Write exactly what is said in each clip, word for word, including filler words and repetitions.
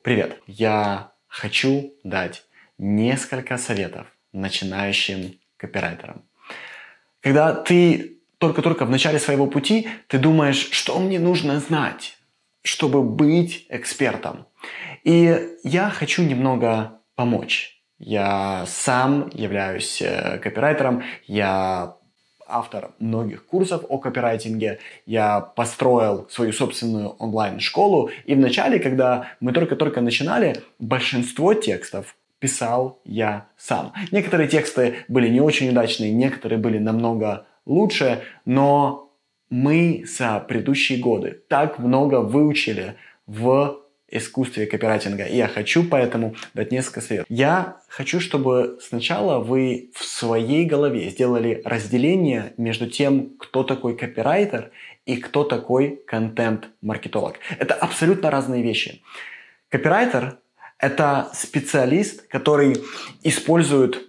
Привет! Я хочу дать несколько советов начинающим копирайтерам. Когда ты только-только в начале своего пути, ты думаешь, что мне нужно знать, чтобы быть экспертом. И я хочу немного помочь. Я сам являюсь копирайтером, я автор многих курсов о копирайтинге, я построил свою собственную онлайн-школу, и в начале, когда мы только-только начинали, большинство текстов писал я сам. Некоторые тексты были не очень удачные, некоторые были намного лучше, но мы за предыдущие годы так много выучили в искусстве копирайтинга. И я хочу поэтому дать несколько советов. Я хочу, чтобы сначала вы в своей голове сделали разделение между тем, кто такой копирайтер и кто такой контент-маркетолог. Это абсолютно разные вещи. Копирайтер – это специалист, который использует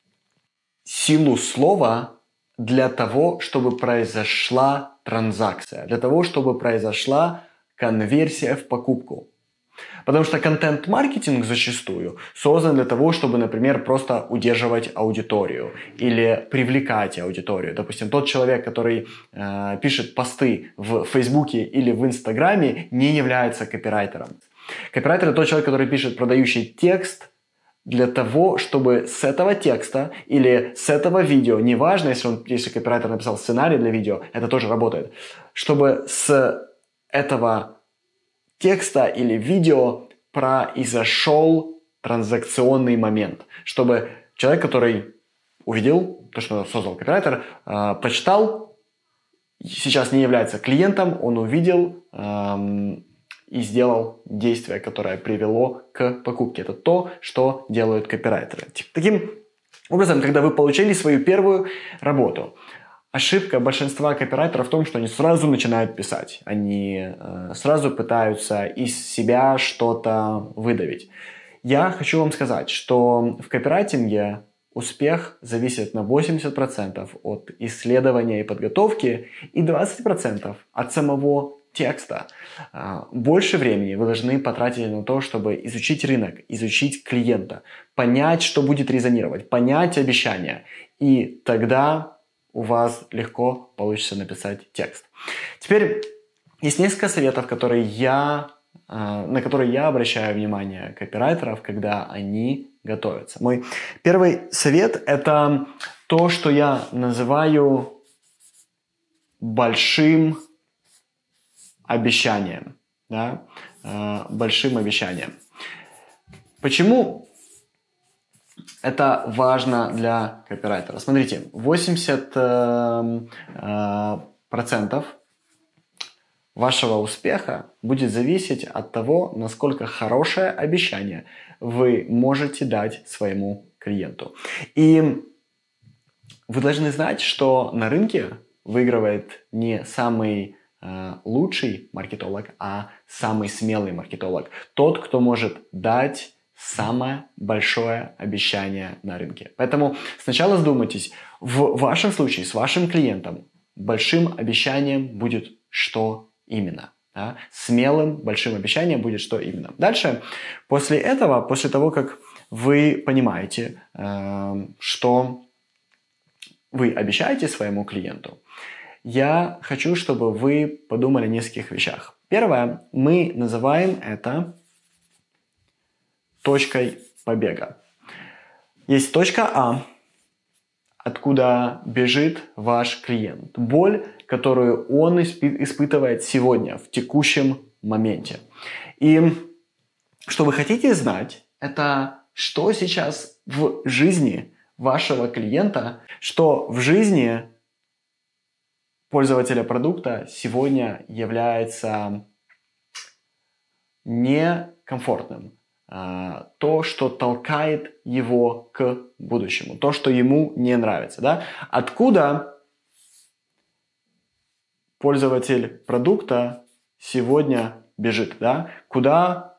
силу слова для того, чтобы произошла транзакция, для того, чтобы произошла конверсия в покупку. Потому что контент-маркетинг зачастую создан для того, чтобы, например, просто удерживать аудиторию или привлекать аудиторию. Допустим, тот человек, который э, пишет посты в Фейсбуке или в Инстаграме, не является копирайтером. Копирайтер – это тот человек, который пишет продающий текст для того, чтобы с этого текста или с этого видео, неважно, если, он, если копирайтер написал сценарий для видео, это тоже работает, чтобы с этого текста или видео произошел транзакционный момент. Чтобы человек, который увидел то, что создал копирайтер, э, прочитал, сейчас не является клиентом, он увидел э, и сделал действие, которое привело к покупке. Это то, что делают копирайтеры. Таким образом, когда вы получили свою первую работу, ошибка большинства копирайтеров в том, что они сразу начинают писать. Они э, сразу пытаются из себя что-то выдавить. Я хочу вам сказать, что в копирайтинге успех зависит на восемьдесят процентов от исследования и подготовки и двадцать процентов от самого текста. Больше времени вы должны потратить на то, чтобы изучить рынок, изучить клиента, понять, что будет резонировать, понять обещания. И тогда у вас легко получится написать текст. Теперь есть несколько советов, которые я, на которые я обращаю внимание копирайтеров, когда они готовятся. Мой первый совет – это то, что я называю большим обещанием. Да? Большим обещанием. Почему это важно для копирайтера? Смотрите, восемьдесят процентов вашего успеха будет зависеть от того, насколько хорошее обещание вы можете дать своему клиенту. И вы должны знать, что на рынке выигрывает не самый э, лучший маркетолог, а самый смелый маркетолог. Тот, кто может дать самое большое обещание на рынке. Поэтому сначала задумайтесь, в вашем случае с вашим клиентом большим обещанием будет что именно. Да? Смелым большим обещанием будет что именно. Дальше, после этого, после того, как вы понимаете, э, что вы обещаете своему клиенту, я хочу, чтобы вы подумали о нескольких вещах. Первое, мы называем это точкой побега. Есть точка А, откуда бежит ваш клиент. Боль, которую он испытывает сегодня, в текущем моменте. И что вы хотите знать, это что сейчас в жизни вашего клиента, что в жизни пользователя продукта сегодня является некомфортным. То, что толкает его к будущему, то, что ему не нравится. Да? Откуда пользователь продукта сегодня бежит? Да? Куда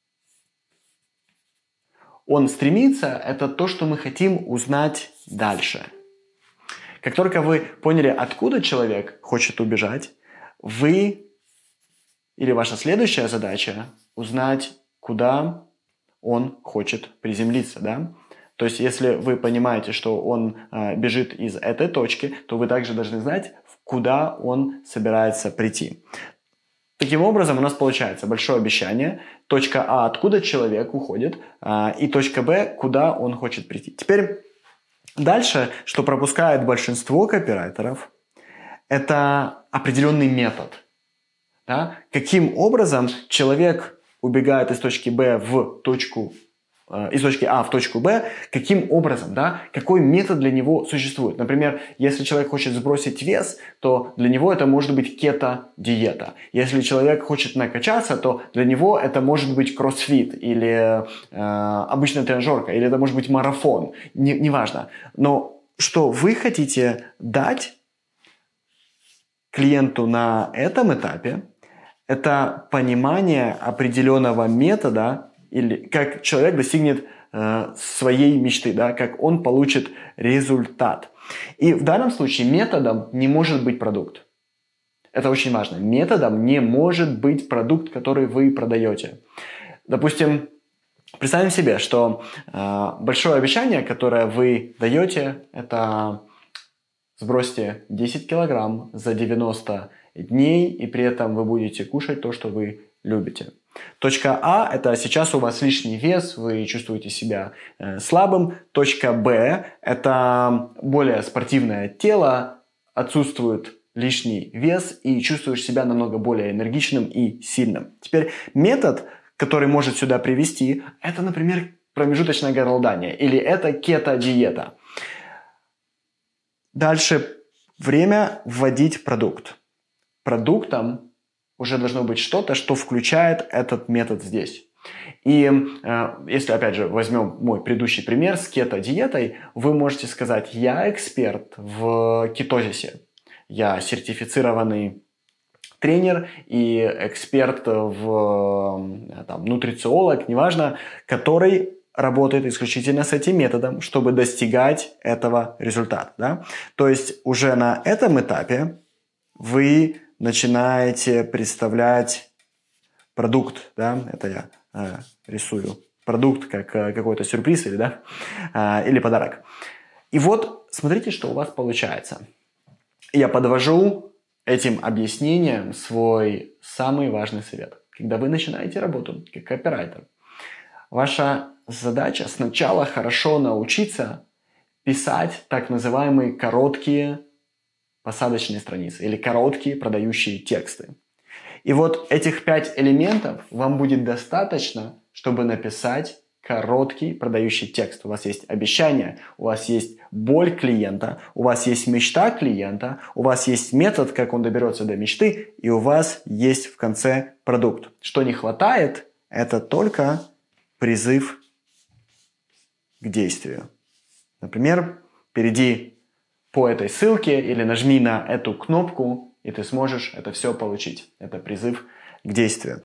он стремится, это то, что мы хотим узнать дальше. Как только вы поняли, откуда человек хочет убежать, вы или ваша следующая задача узнать, куда он хочет приземлиться, да? То есть, если вы понимаете, что он э, бежит из этой точки, то вы также должны знать, куда он собирается прийти. Таким образом, у нас получается большое обещание, точка А, откуда человек уходит, э, и точка Б, куда он хочет прийти. Теперь дальше, что пропускает большинство копирайтеров, это определенный метод. Да? Каким образом человек убегает из точки Б в точку из точки А в точку Б, каким образом, да, какой метод для него существует. Например, если человек хочет сбросить вес, то для него это может быть кето-диета. Если человек хочет накачаться, то для него это может быть кроссфит или э, обычная тренажерка, или это может быть марафон, не, неважно. Но что вы хотите дать клиенту на этом этапе, это понимание определенного метода, или как человек достигнет э, своей мечты, да, как он получит результат. И в данном случае методом не может быть продукт. Это очень важно. Методом не может быть продукт, который вы продаете. Допустим, представим себе, что э, большое обещание, которое вы даете, это сбросьте десять килограмм за девяносто дней, и при этом вы будете кушать то, что вы любите. Точка А – это сейчас у вас лишний вес, вы чувствуете себя э, слабым. Точка Б – это более спортивное тело, отсутствует лишний вес и чувствуешь себя намного более энергичным и сильным. Теперь метод, который может сюда привести, это, например, промежуточное голодание или это кето-диета. Дальше время вводить продукт. Продуктом уже должно быть что-то, что включает этот метод здесь. И э, если, опять же, возьмем мой предыдущий пример с кето-диетой, вы можете сказать: я эксперт в кетозисе, я сертифицированный тренер и эксперт в там, нутрициолог, неважно, который работает исключительно с этим методом, чтобы достигать этого результата. Да? То есть уже на этом этапе вы начинаете представлять продукт, да, это я э, рисую продукт как э, какой-то сюрприз или, да, э, или подарок. И вот смотрите, что у вас получается. Я подвожу этим объяснением свой самый важный совет. Когда вы начинаете работу как копирайтер, ваша задача сначала хорошо научиться писать так называемые короткие посадочные страницы или короткие продающие тексты. И вот этих пять элементов вам будет достаточно, чтобы написать короткий продающий текст. У вас есть обещание, у вас есть боль клиента, у вас есть мечта клиента, у вас есть метод, как он доберется до мечты, и у вас есть в конце продукт. Что не хватает, это только призыв к действию. Например, перейди по этой ссылке или нажми на эту кнопку, и ты сможешь это все получить. Это призыв к действию.